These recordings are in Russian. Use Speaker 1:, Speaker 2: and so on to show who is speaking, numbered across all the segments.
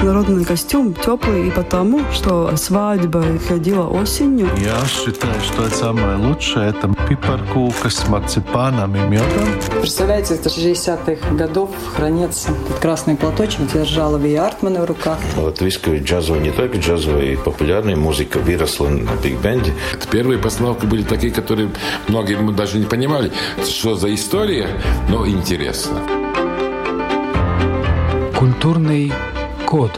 Speaker 1: народный костюм теплый и потому, что свадьба ходила осенью.
Speaker 2: Я считаю, что это самое лучшее. Это пипаркука с марципаном и медом.
Speaker 3: Представляете, это 60-х годов хранится. Этот красный платочек держала Ви Артмана в руках.
Speaker 4: Латвийская джазовая, не только джазовая, популярная музыка выросла на биг-бенде.
Speaker 5: Первые постановки были такие, которые многие даже не понимали, что за история, но интересно.
Speaker 6: Культурный код.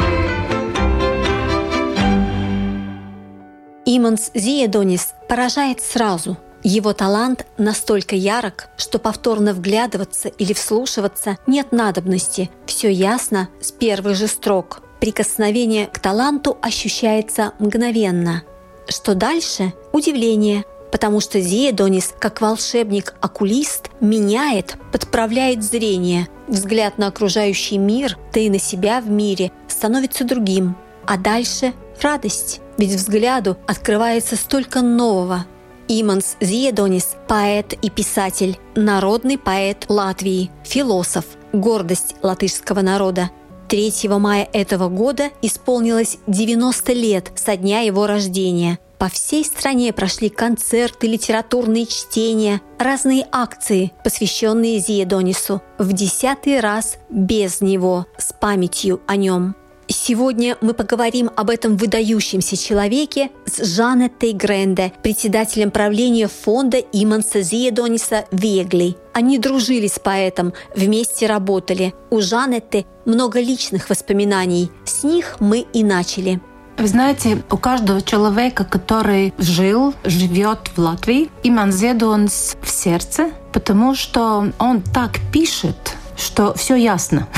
Speaker 7: Иманс Зиедонис поражает сразу. Его талант настолько ярок, что повторно вглядываться или вслушиваться нет надобности. Все ясно с первых же строк. Прикосновение к таланту ощущается мгновенно. Что дальше? Удивление. Потому что Зиедонис, как волшебник-окулист, меняет, подправляет зрение. Взгляд на окружающий мир, да и на себя в мире, становится другим. А дальше – радость. Ведь взгляду открывается столько нового. Иманс Зиедонис – поэт и писатель, народный поэт Латвии, философ, гордость латышского народа. 3 мая этого года исполнилось 90 лет со дня его рождения. По всей стране прошли концерты, литературные чтения, разные акции, посвященные Зиедонису. В 10-й раз без него, с памятью о нем. Сегодня мы поговорим об этом выдающемся человеке с Жанеттой Гренде, председателем правления фонда Иманса Зиедониса Вегли. Они дружили с поэтом, вместе работали. У Жанетты много личных воспоминаний. С них мы и начали.
Speaker 8: Вы знаете, у каждого человека, который живет в Латвии, Иманс Зиедонис в сердце, потому что он так пишет, что все ясно.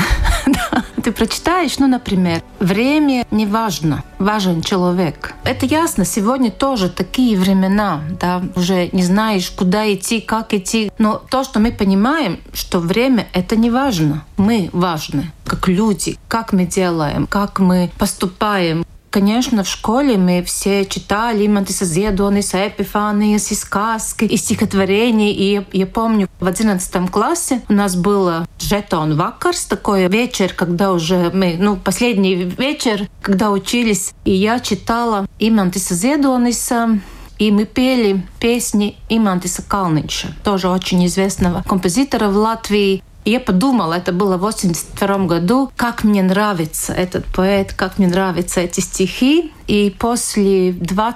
Speaker 8: Ты прочитаешь, например, время не важно, важен человек. Это ясно, сегодня тоже такие времена, да, уже не знаешь, куда идти, как идти. Но то, что мы понимаем, что время — это не важно. Мы важны, как люди, как мы делаем, как мы поступаем. Конечно, в школе мы все читали Имантиса Зиедониса, Эпифанijas, и сказки, и стихотворения. И я помню, в 11 классе у нас было жетон вакарс, такой вечер, когда уже мы, последний вечер, когда учились. И я читала Имантиса Зиедониса, и мы пели песни Имантиса Kalniņša, тоже очень известного композитора в Латвии. И я подумала, это было в 1982 году, как мне нравится этот поэт, как мне нравятся эти стихи. И после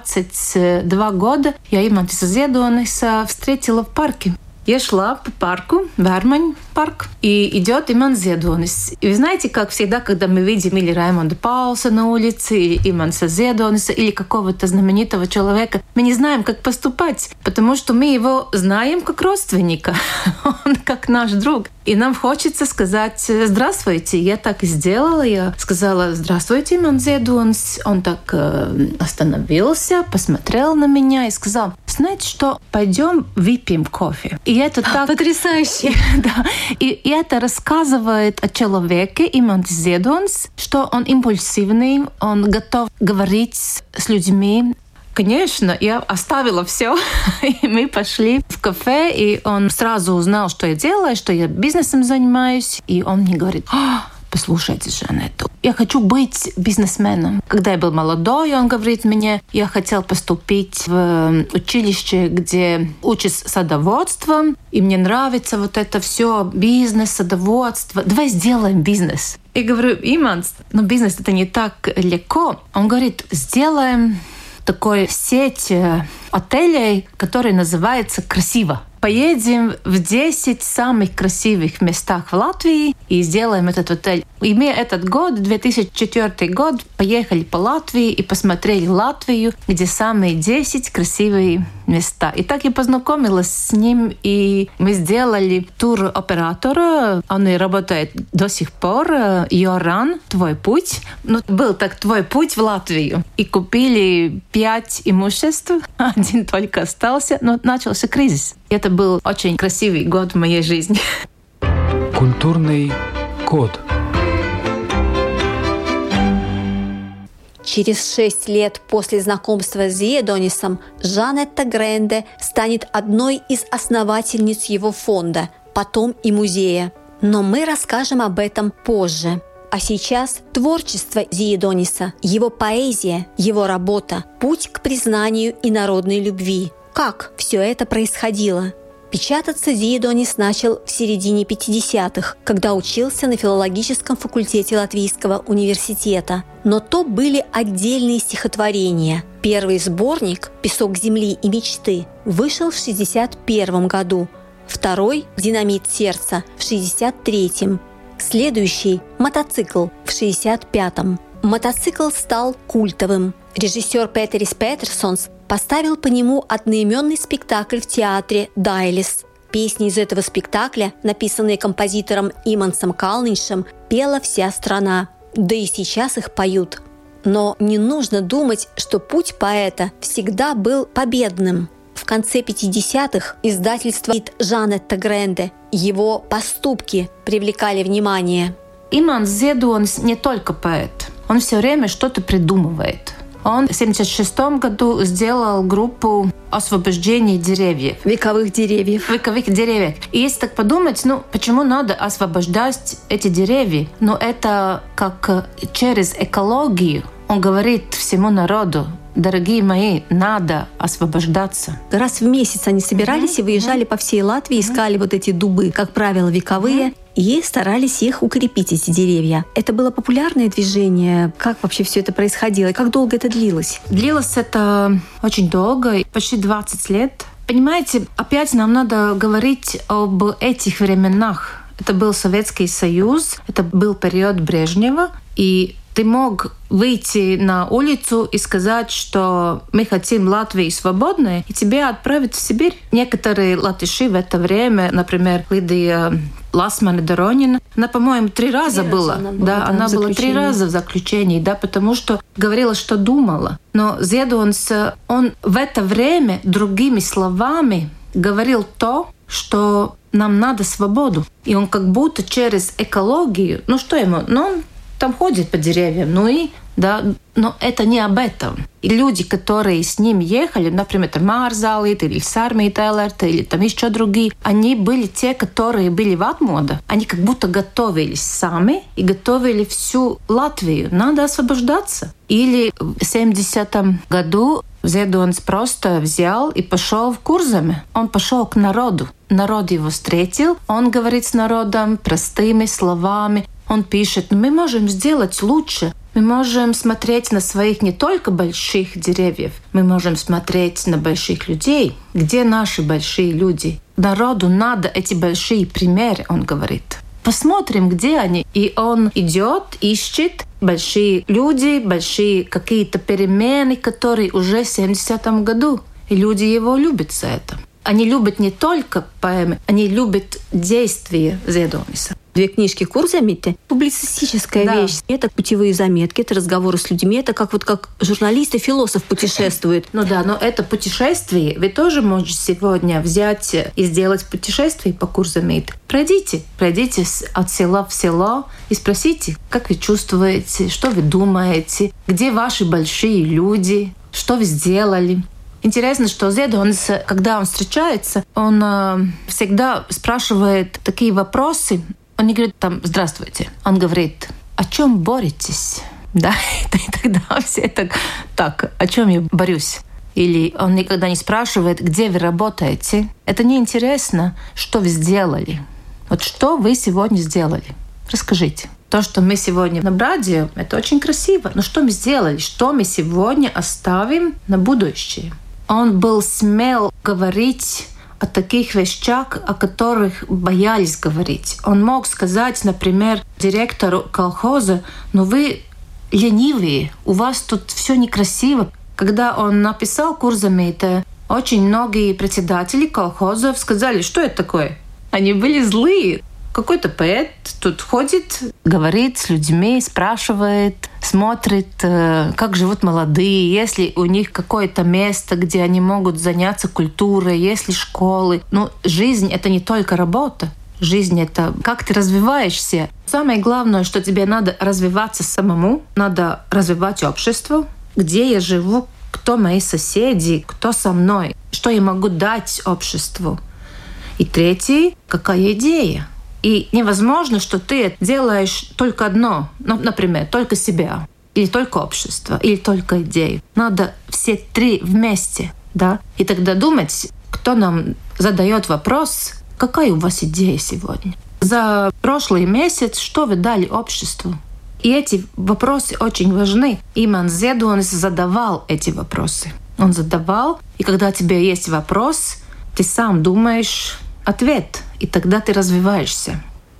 Speaker 8: 22 года я Имантиса Зиедониса встретила в парке. Я шла по парку, Вērmaņu парк, и идет Иманс Зиедонис. И вы знаете, как всегда, когда мы видим или Раймонда Паулса на улице, или Иманса Зиедониса, или какого-то знаменитого человека, мы не знаем, как поступать, потому что мы его знаем как родственника, он как наш друг. И нам хочется сказать «Здравствуйте». Я так и сделала. Я сказала «Здравствуйте, Иманс Зиедонис». Он так остановился, посмотрел на меня и сказал: «Знаете что, пойдем выпьем кофе». И это так...
Speaker 7: Потрясающе!
Speaker 8: Да. И это рассказывает о человеке Иманс Зиедонис, что он импульсивный, он готов говорить с людьми. Конечно, я оставила все, и мы пошли в кафе, и он сразу узнал, что я делаю, что я бизнесом занимаюсь, и он мне говорит: «Послушайте, Жанетту, я хочу быть бизнесменом». Когда я был молодой, он говорит мне, я хотел поступить в училище, где учат садоводство, и мне нравится вот это все, бизнес, садоводство. Давай сделаем бизнес. Я говорю: «Иманс, но бизнес это не так легко». Он говорит: «Сделаем такой сеть отелей, который называется «Красиво». Поедем в 10 самых красивых местах в Латвии и сделаем этот отель». И мы этот год, 2004 год, поехали по Латвии и посмотрели Латвию, где самые 10 красивые места. И так я познакомилась с ним, и мы сделали тур-оператора. Он и работает до сих пор. Йоран, твой путь. Был так твой путь в Латвию. И купили 5 имуществ. 1 только остался, но начался кризис. Это был очень красивый год в моей жизни.
Speaker 6: Культурный код.
Speaker 7: Через 6 лет после знакомства с Зиедонисом Жанетта Гренде станет одной из основательниц его фонда, потом и музея. Но мы расскажем об этом позже. А сейчас творчество Зиедониса, его поэзия, его работа – путь к признанию и народной любви. Как все это происходило? Печататься Зиедонис начал в середине 50-х, когда учился на филологическом факультете Латвийского университета. Но то были отдельные стихотворения. Первый сборник «Песок земли и мечты» вышел в 1961 году, второй «Динамит сердца» в 1963. Следующий «Мотоцикл» в 1965. Мотоцикл стал культовым. Режиссер Петерис Петерсонс поставил по нему одноименный спектакль в театре «Дайлис». Песни из этого спектакля, написанные композитором Имансом Калниншем, пела вся страна. Да и сейчас их поют. Но не нужно думать, что путь поэта всегда был победным. В конце 50-х издательство Жанетта Гренде, его поступки привлекали внимание.
Speaker 8: Иманс Зиедонис не только поэт, он все время что-то придумывает. Он в 1976 году сделал группу освобождения деревьев.
Speaker 7: Вековых деревьев.
Speaker 8: Вековых деревьев. И если так подумать, почему надо освобождать эти деревья? Это как через экологию он говорит всему народу: дорогие мои, надо освобождаться.
Speaker 7: Раз в месяц они собирались и выезжали по всей Латвии, искали вот эти дубы, как правило, вековые, и старались их укрепить, эти деревья. Это было популярное движение? Как вообще все это происходило? И как долго это длилось?
Speaker 8: Длилось это очень долго, почти 20 лет. Понимаете, опять нам надо говорить об этих временах. Это был Советский Союз, это был период Брежнева, и ты мог выйти на улицу и сказать, что мы хотим Латвии свободной, и тебя отправят в Сибирь. Некоторые латыши в это время, например, Лидия Ласмана-Доронина, она, по-моему, 3 раза была. Она была 3 раза в заключении, потому что говорила, что думала. Но Зиедонис, он в это время другими словами говорил то, что нам надо свободу. И он как будто через экологию, что ему? Он там ходит по деревьям, но это не об этом. И люди, которые с ним ехали, например, Мārzālīte или Сармī Телерте, или там еще другие, они были те, которые были в Атмода. Они как будто готовились сами и готовили всю Латвию. Надо освобождаться. Или в 70-м году Зиедонис просто взял и пошел в Курземе. Он пошел к народу. Народ его встретил. Он говорит с народом простыми словами. Он пишет: мы можем сделать лучше. Мы можем смотреть на своих не только больших деревьев, мы можем смотреть на больших людей. Где наши большие люди? Народу надо эти большие примеры, он говорит. Посмотрим, где они. И он идет, ищет большие люди, большие какие-то перемены, которые уже в 70-м году. И люди его любят за это. Они любят не только поэмы, они любят действия Зиедониса.
Speaker 7: 2 книжки Курземите — публицистическая вещь. Это путевые заметки, это разговоры с людьми, это как журналист и философ путешествует.
Speaker 8: Но это путешествие. Вы тоже можете сегодня взять и сделать путешествие по Курземите. Пройдите от села в село и спросите, как вы чувствуете, что вы думаете, где ваши большие люди, что вы сделали. Интересно, что Зиедонис, когда он встречается, он всегда спрашивает такие вопросы. Он не говорит «здравствуйте». Он говорит: о чем боретесь? И тогда все так, о чем я борюсь? Или он никогда не спрашивает, где вы работаете. Это неинтересно, что вы сделали. Что вы сегодня сделали? Расскажите. То, что мы сегодня на радио, это очень красиво. Но что мы сделали? Что мы сегодня оставим на будущее? Он был смел говорить о таких вещах, о которых боялись говорить. Он мог сказать, например, директору колхоза: вы ленивые, у вас тут все некрасиво. Когда он написал Курземите, очень многие председатели колхозов сказали: что это такое? Они были злые. Какой-то поэт тут ходит, говорит с людьми, спрашивает, смотрит, как живут молодые, есть ли у них какое-то место, где они могут заняться культурой, есть ли школы. Жизнь — это не только работа. Жизнь — это как ты развиваешься. Самое главное, что тебе надо развиваться самому, надо развивать общество, где я живу, кто мои соседи, кто со мной, что я могу дать обществу. И третий — какая идея? И невозможно, что ты делаешь только одно, например, только себя, или только общество, или только идею. Надо все три вместе, да? И тогда думать, кто нам задает вопрос, какая у вас идея сегодня? За прошлый месяц что вы дали обществу? И эти вопросы очень важны. Иманс Зiedonis задавал эти вопросы. Он задавал, и когда у тебя есть вопрос, ты сам думаешь ответ, и тогда ты развиваешься.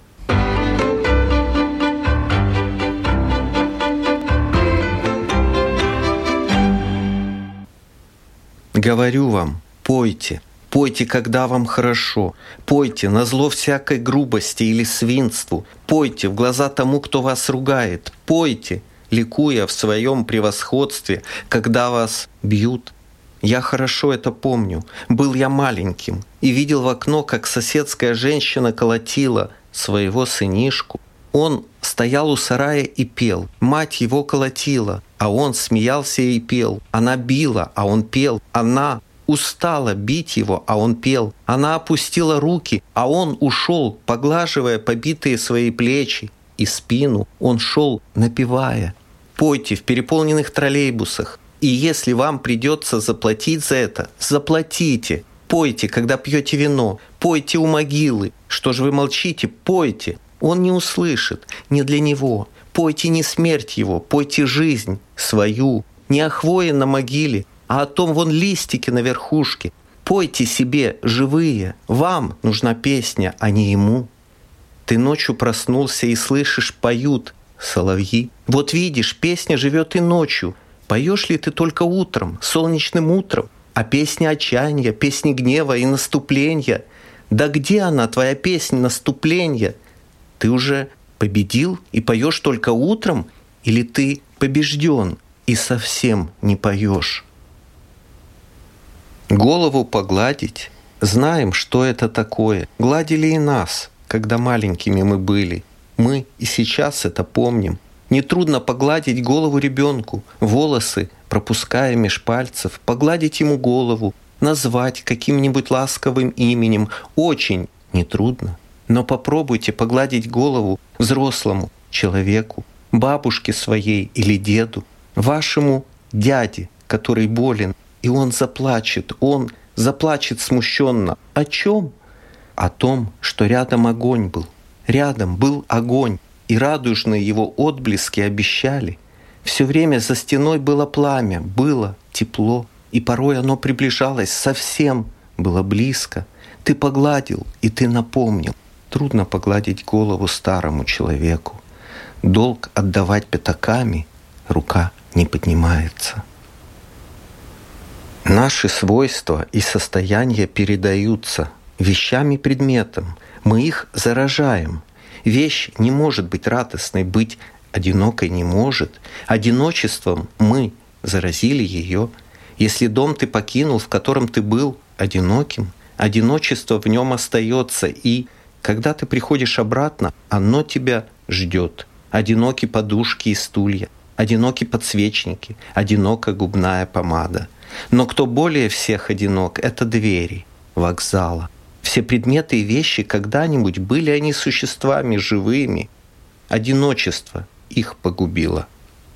Speaker 9: Говорю вам, пойте. Пойте, когда вам хорошо. Пойте назло всякой грубости или свинству. Пойте в глаза тому, кто вас ругает. Пойте, ликуя в своем превосходстве, когда вас бьют. Я хорошо это помню. Был я маленьким и видел в окно, как соседская женщина колотила своего сынишку. Он стоял у сарая и пел. Мать его колотила, а он смеялся и пел. Она била, а он пел. Она устала бить его, а он пел. Она опустила руки, а он ушел, поглаживая побитые свои плечи и спину. Он шел, напевая. Пойте в переполненных троллейбусах. И если вам придется заплатить за это, заплатите. Пойте, когда пьете вино. Пойте у могилы. Что же вы молчите? Пойте. Он не услышит. Не для него. Пойте не смерть его. Пойте жизнь свою. Не о хвое на могиле, а о том вон листики на верхушке. Пойте себе, живые. Вам нужна песня, а не ему. Ты ночью проснулся и слышишь, поют соловьи. Вот видишь, песня живет и ночью. Поешь ли ты только утром, солнечным утром? А песня отчаяния, песни гнева и наступления? Да где она, твоя песня наступления? Ты уже победил и поешь только утром? Или ты побежден и совсем не поешь? Голову погладить? Знаем, что это такое. Гладили и нас, когда маленькими мы были. Мы и сейчас это помним. Нетрудно погладить голову ребенку, волосы пропуская меж пальцев, погладить ему голову, назвать каким-нибудь ласковым именем. Очень нетрудно. Но попробуйте погладить голову взрослому человеку, бабушке своей или деду, вашему дяде, который болен, и он заплачет смущенно. О чем? О том, что рядом огонь был. Рядом был огонь, и радужные его отблески обещали. Все время за стеной было пламя, было тепло, и порой оно приближалось, совсем было близко. Ты погладил, и ты напомнил. Трудно погладить голову старому человеку. Долг отдавать пятаками, рука не поднимается. Наши свойства и состояния передаются вещам и предметам. Мы их заражаем. Вещь не может быть радостной, быть одинокой не может. Одиночеством мы заразили ее. Если дом ты покинул, в котором ты был одиноким, одиночество в нем остается, и когда ты приходишь обратно, оно тебя ждет. Одиноки подушки и стулья, одиноки подсвечники, одинока губная помада. Но кто более всех одинок, это двери вокзала. Все предметы и вещи когда-нибудь были они существами живыми. Одиночество их погубило.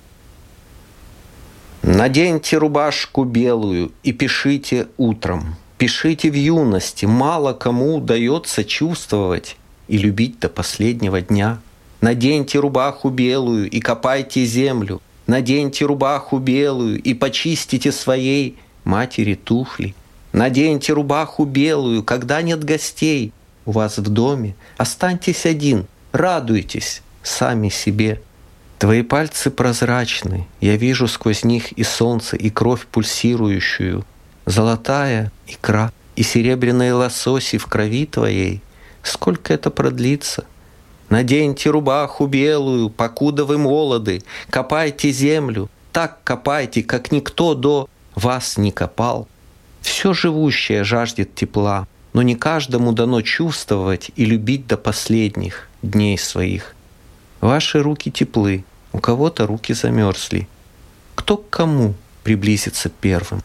Speaker 9: Наденьте рубашку белую и пишите утром. Пишите в юности, мало кому удается чувствовать и любить до последнего дня. Наденьте рубаху белую и копайте землю. Наденьте рубаху белую и почистите своей матери туфли. Наденьте рубаху белую, когда нет гостей у вас в доме. Останьтесь один, радуйтесь сами себе. Твои пальцы прозрачны, я вижу сквозь них и солнце, и кровь пульсирующую. Золотая икра и серебряные лососи в крови твоей. Сколько это продлится? Наденьте рубаху белую, покуда вы молоды, копайте землю, так копайте, как никто до вас не копал. Все живущее жаждет тепла, но не каждому дано чувствовать и любить до последних дней своих. Ваши руки теплы, у кого-то руки замерзли. Кто к кому приблизится первым?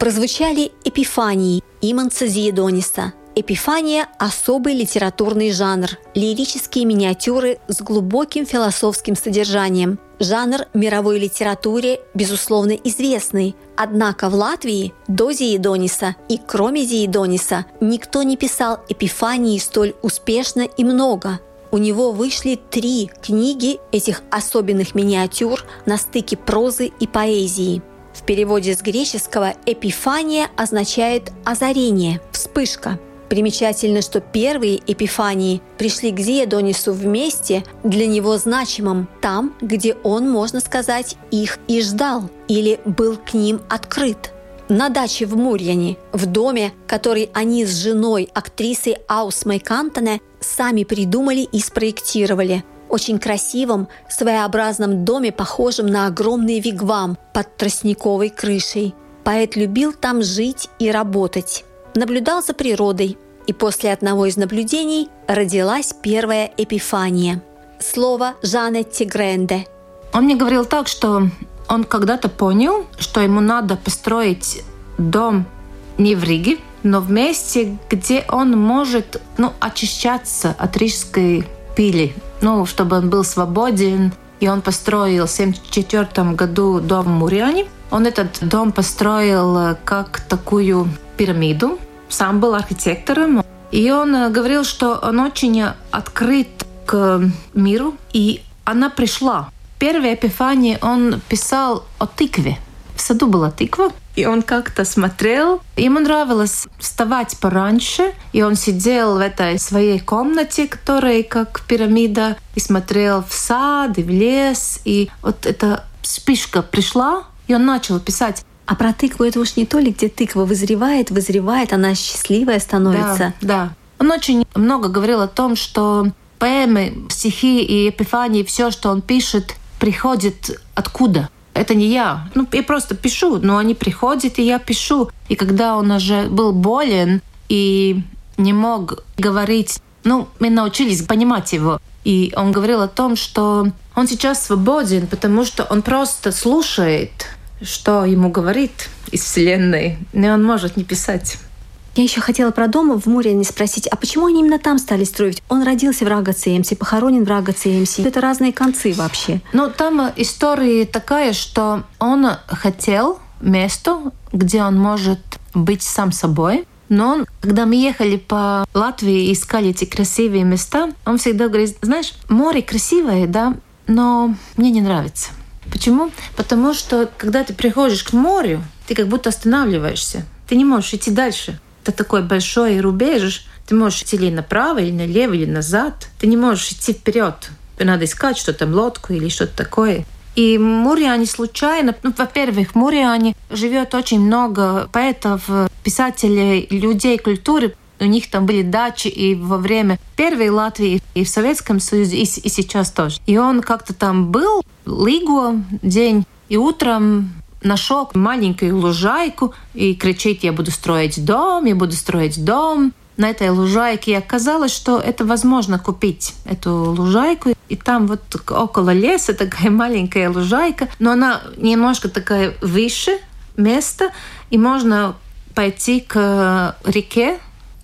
Speaker 7: прозвучали «Эпифании» Иманца Зиедониса. Эпифания – особый литературный жанр, лирические миниатюры с глубоким философским содержанием. Жанр мировой литературе, безусловно, известный. Однако в Латвии до Зиедониса и кроме Зиедониса никто не писал эпифании столь успешно и много. У него вышли 3 книги этих особенных миниатюр на стыке прозы и поэзии. В переводе с греческого «эпифания» означает «озарение», «вспышка». Примечательно, что первые эпифании пришли к Зиедонису вместе, для него значимым, там, где он, можно сказать, их и ждал или был к ним открыт. На даче в Мурьяне, в доме, который они с женой, актрисой Аусмой Кантане, сами придумали и спроектировали. Очень красивом, своеобразном доме, похожем на огромный вигвам под тростниковой крышей. Поэт любил там жить и работать. Наблюдал за природой, и после одного из наблюдений родилась первая эпифания. Слово Жанетти Гренде.
Speaker 8: Он мне говорил так, что он когда-то понял, что ему надо построить дом не в Риге, но в месте, где он может очищаться от рижской пыли, чтобы он был свободен. И он построил в 1974 году дом в Мурьяне. Он этот дом построил как такую пирамиду. Сам был архитектором. И он говорил, что он очень открыт к миру. И она пришла. Первая эпифания он писал о тыкве. В саду была тыква. И он как-то смотрел. Ему нравилось вставать пораньше. И он сидел в этой своей комнате, которая как пирамида, и смотрел в сад и в лес. И вот эта вспышка пришла, и он начал писать.
Speaker 7: А про тыкву это уж не то ли, где тыква вызревает, она счастливая становится.
Speaker 8: Да. Он очень много говорил о том, что поэмы, стихи и эпифании, все, что он пишет, приходит откуда. Это не я. Я просто пишу, но они приходят, и я пишу. И когда он уже был болен и не мог говорить, мы научились понимать его. И он говорил о том, что он сейчас свободен, потому что он просто слушает, что ему говорит из Вселенной, и он может не писать.
Speaker 7: Я еще хотела про дом в Мурьяне спросить, а почему они именно там стали строить? Он родился в Рагациемсе, похоронен в Рагациемсе. Это разные концы вообще.
Speaker 8: Там история такая, что он хотел место, где он может быть сам собой. Но когда мы ехали по Латвии и искали эти красивые места, он всегда говорит, знаешь, море красивое, да, но мне не нравится. Почему? Потому что, когда ты приходишь к морю, ты как будто останавливаешься. Ты не можешь идти дальше. Это такой большой рубеж. Ты можешь идти или направо, или налево, или назад. Ты не можешь идти вперед. Надо искать что-то, лодку или что-то такое. И в Мурьяне случайно... во-первых, в Мурьяне живет очень много поэтов, писателей, людей культуры. У них там были дачи и во время Первой Латвии, и в Советском Союзе, и сейчас тоже. И он как-то там был, Лиго, день, и утром нашел маленькую лужайку и кричит: «Я буду строить дом, я буду строить дом». На этой лужайке оказалось, что это возможно купить, эту лужайку. И там вот около леса такая маленькая лужайка, но она немножко такая выше места, и можно пойти к реке.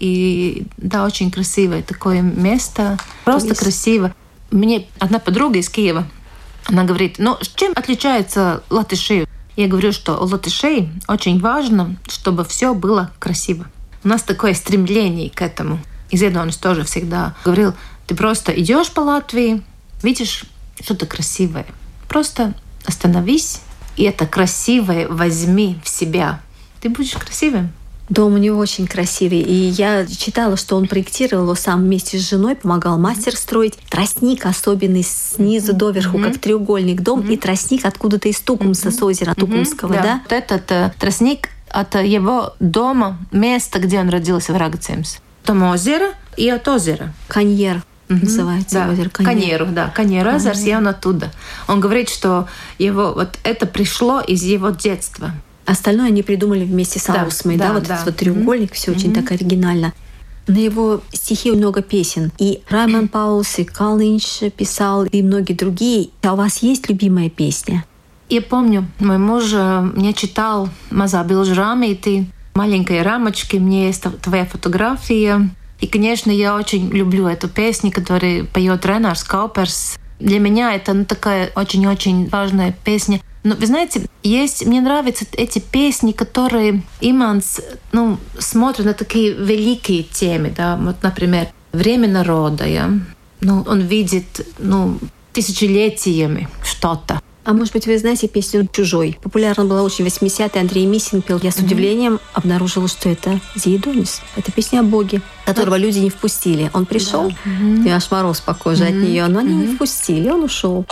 Speaker 8: И да, очень красивое такое место, просто красиво. Мне одна подруга из Киева, она говорит, чем отличается латыши? Я говорю, что у латышей очень важно, чтобы все было красиво. У нас такое стремление к этому. И Зиедонис тоже всегда говорил, ты просто идешь по Латвии, видишь что-то красивое. Просто остановись, и это красивое возьми в себя. Ты будешь красивым.
Speaker 7: Дом у него очень красивый. И я читала, что он проектировал его сам вместе с женой, помогал мастер строить. Тростник особенный снизу доверху, как треугольник дом, и тростник откуда-то из Тукумса, с озера Тукумского, да?
Speaker 8: Вот этот тростник от его дома, места, где он родился, в Рагациемсе. Там озеро и от озера.
Speaker 7: Каньер называется озеро.
Speaker 8: Каньеру, да. Каньеру озеро, и он оттуда. Он говорит, что его вот это пришло из его детства.
Speaker 7: Остальное они придумали вместе с Аусмой, этот треугольник, все очень так оригинально. На его стихи много песен. И Раймон Паулс, и Калнинш писал, и многие другие. А у вас есть любимая песня?
Speaker 8: Я помню, мой муж мне читал «Мазā bilžu rāmītī», маленькой рамочке, мне есть твоя фотография. И, конечно, я очень люблю эту песню, которую поет Ренарс Кауперс. Для меня это такая очень-очень важная песня. Но вы знаете, мне нравятся эти песни, которые Иманс смотрит на такие великие темы. Да? Вот, например, «Время народа». Он видит тысячелетиями что-то.
Speaker 7: А может быть, вы знаете песню «Чужой»? Популярна была очень в 80-е, Андрей Мисин пел. Я с удивлением обнаружила, что это Зиедонис. Это песня о Боге, которого люди не впустили. Он пришел, и аж мороз по коже от нее, но они не впустили, он ушел.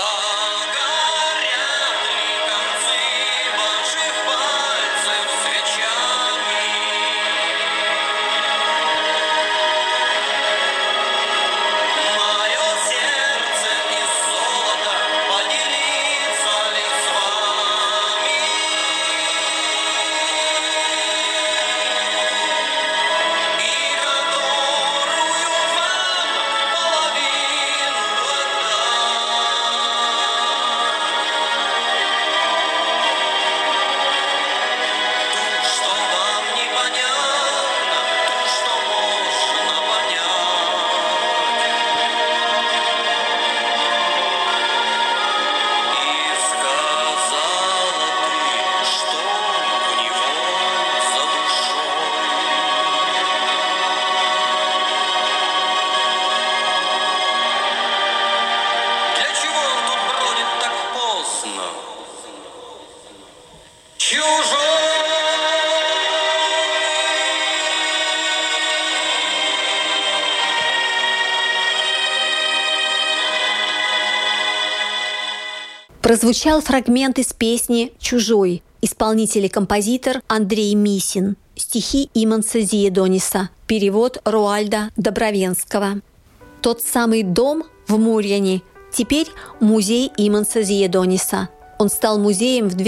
Speaker 7: Прозвучал фрагмент из песни «Чужой». Исполнитель и композитор Андрей Мисин. Стихи Иманса Зиедониса. Перевод Руальда Добровенского. Тот самый дом в Мурьяне теперь музей Иманса Зиедониса. Он стал музеем в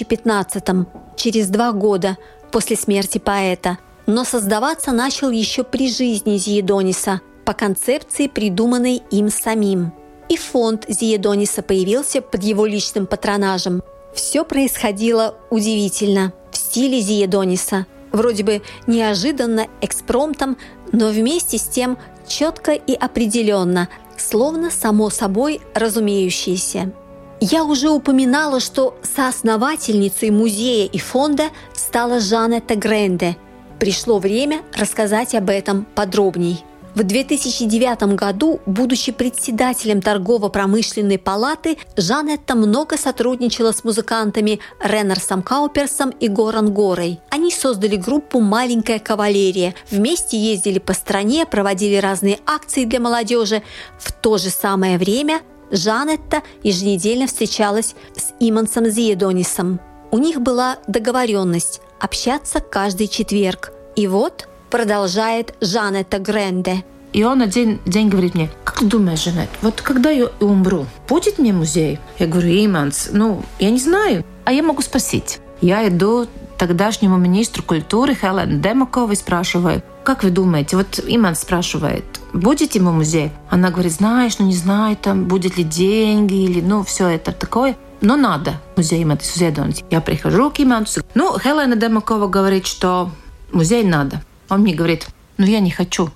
Speaker 7: 2015-м, через 2 года после смерти поэта. Но создаваться начал еще при жизни Зиедониса по концепции, придуманной им самим. И фонд Зиедониса появился под его личным патронажем. Все происходило удивительно, в стиле Зиедониса. Вроде бы неожиданно, экспромтом, но вместе с тем четко и определенно, словно само собой разумеющееся. Я уже упоминала, что соосновательницей музея и фонда стала Жанетта Гренде. Пришло время рассказать об этом подробней. В 2009 году, будучи председателем торгово-промышленной палаты, Жанетта много сотрудничала с музыкантами Ренарсом Кауперсом и Горан Горой. Они создали группу «Маленькая кавалерия», вместе ездили по стране, проводили разные акции для молодежи. В то же самое время Жанетта еженедельно встречалась с Имансом Зиедонисом. У них была договоренность общаться каждый четверг. И вот продолжает Жанетта Гренде.
Speaker 8: И он один день говорит мне: как ты думаешь, Жанет, вот когда я умру, будет мне музей? Я говорю: Иманс, я не знаю. А я могу спросить. Я иду к тогдашнему министру культуры Хелене Демаковой, спрашиваю: как вы думаете, вот Иманс спрашивает, будет ему музей? Она говорит: знаешь, не знаю, там будет ли деньги или все это такое. Но надо музей Иманса Зиедониса. Я прихожу к Имансу. Хелена Демакова говорит, что музей надо. Он мне говорит: я не хочу.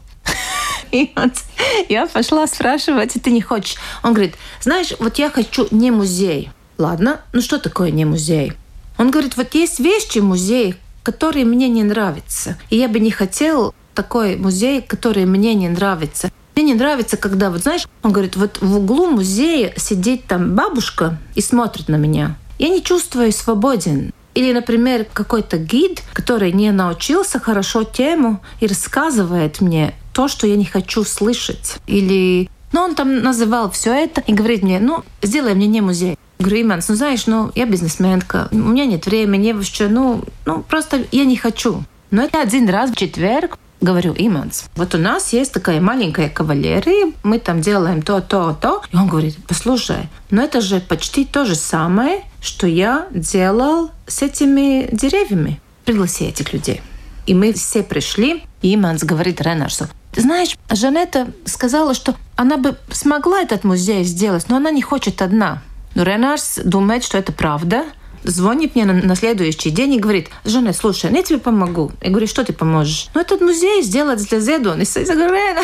Speaker 8: И я пошла спрашивать: ты не хочешь? Он говорит: знаешь, вот я хочу не музей. Ладно, что такое не музей? Он говорит: вот есть вещи в музее, которые мне не нравятся. И я бы не хотел такой музей, который мне не нравится. Мне не нравится, когда, вот знаешь, он говорит, вот в углу музея сидит там бабушка и смотрит на меня. Я не чувствую свободен. Или, например, какой-то гид, который не научился хорошо тему и рассказывает мне то, что я не хочу слышать. Или он там называл все это и говорит мне: сделай мне не музей. Я говорю: Иманс, знаешь, я бизнесменка, у меня нет времени, вообще, просто я не хочу. Но это один раз в четверг говорю: Иманс, вот у нас есть такая маленькая кавалерия, мы там делаем то. И он говорит: послушай, это же почти то же самое, что я делал с этими деревьями. Пригласи этих людей. И мы все пришли, и Иманс говорит Ренарсу: ты знаешь, Жанетта сказала, что она бы смогла этот музей сделать, но она не хочет одна. Но Ренарс думает, что это правда. Звонит мне на следующий день и говорит: «Жанна, слушай, я тебе помогу». Я говорю: «Что ты поможешь?» «Этот музей сделать для Зедониса». Я говорю: «Ренар».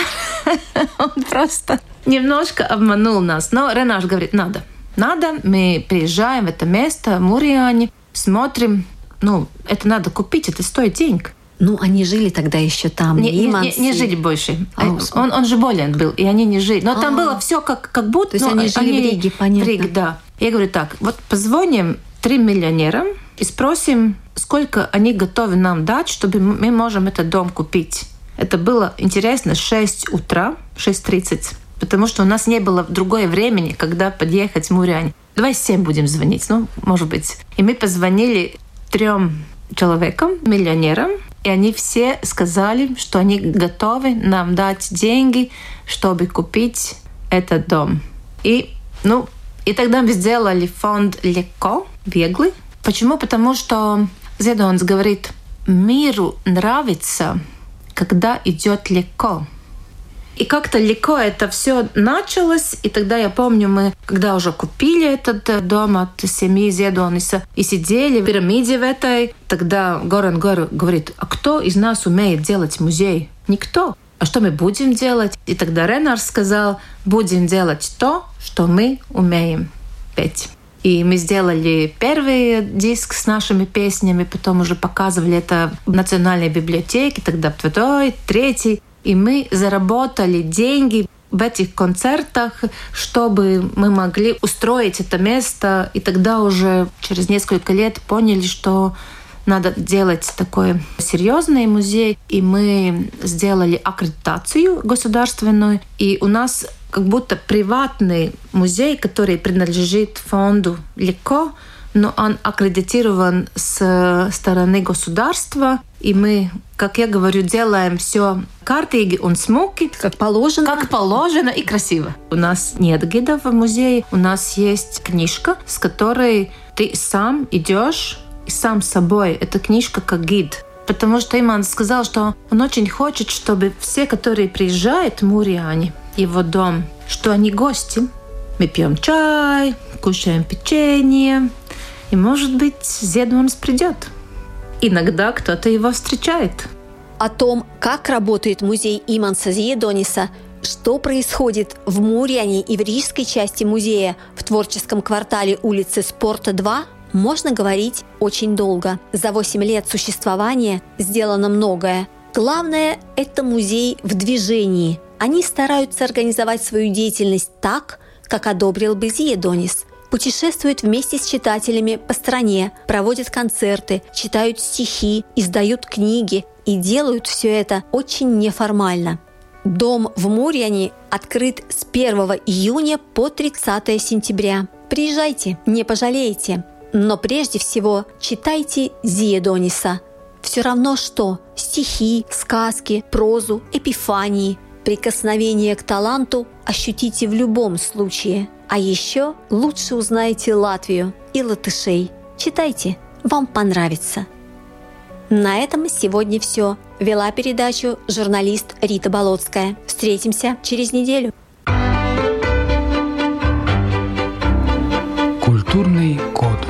Speaker 8: Он просто немножко обманул нас. Но Ренар говорит: надо. Мы приезжаем в это место, в Мурьяне, смотрим. Это надо купить, это стоит денег.
Speaker 7: Они жили тогда еще там.
Speaker 8: Не жили больше. Он же болен был, и они не жили. Но там было все как будто.
Speaker 7: То есть они жили в Риге, понятно.
Speaker 8: В Риге, да. Я говорю так: позвоним 3 миллионерам и спросим, сколько они готовы нам дать, чтобы мы можем этот дом купить. Это было интересно 6 утра, 6:30, потому что у нас не было другое времени, когда подъехать в Мурьяне. Давай 7 будем звонить, может быть. И мы позвонили 3 человекам, миллионерам, и они все сказали, что они готовы нам дать деньги, чтобы купить этот дом. И тогда мы сделали фонд «Легко», «Веглый». Почему? Потому что Зедонис говорит: миру нравится, когда идет легко. И как-то легко это все началось. И тогда я помню, мы, когда уже купили этот дом от семьи Зедониса и сидели в пирамиде в этой, тогда Горан говорит: а кто из нас умеет делать музей? Никто. А что мы будем делать? И тогда Ренар сказал: будем делать то, что мы умеем петь. И мы сделали первый диск с нашими песнями, потом уже показывали это в Национальной библиотеке, тогда второй, третий. И мы заработали деньги в этих концертах, чтобы мы могли устроить это место. И тогда уже через несколько лет поняли, что надо делать такой серьезный музей. И мы сделали аккредитацию государственную. И у нас как будто приватный музей, который принадлежит фонду «Легко», но он аккредитирован с стороны государства. И мы, как я говорю, делаем все картīgi и смуки.
Speaker 7: Как положено.
Speaker 8: Как положено и красиво. У нас нет гидов в музее. У нас есть книжка, с которой ты сам идешь и сам с собой. Эта книжка как гид. Потому что Иман сказал, что он очень хочет, чтобы все, которые приезжают в Мурьяне, его дом, что они гости. Мы пьем чай, кушаем печенье. И, может быть, Зедонис придет. Иногда кто-то его встречает.
Speaker 7: О том, как работает музей Иманса Зедониса, что происходит в Мурьяне и в рижской части музея в творческом квартале улицы Спорта 2, можно говорить очень долго. За 8 лет существования сделано многое. Главное – это музей в движении. Они стараются организовать свою деятельность так, как одобрил бы Зедонис. Путешествуют вместе с читателями по стране, проводят концерты, читают стихи, издают книги и делают все это очень неформально. Дом в Мурьяне открыт с 1 июня по 30 сентября. Приезжайте, не пожалеете. Но прежде всего читайте Зедониса. Все равно что стихи, сказки, прозу, эпифании. Прикосновение к таланту ощутите в любом случае. А еще лучше узнаете Латвию и латышей. Читайте, вам понравится. На этом сегодня все. Вела передачу журналист Рита Болотская. Встретимся через неделю.
Speaker 6: Культурный код.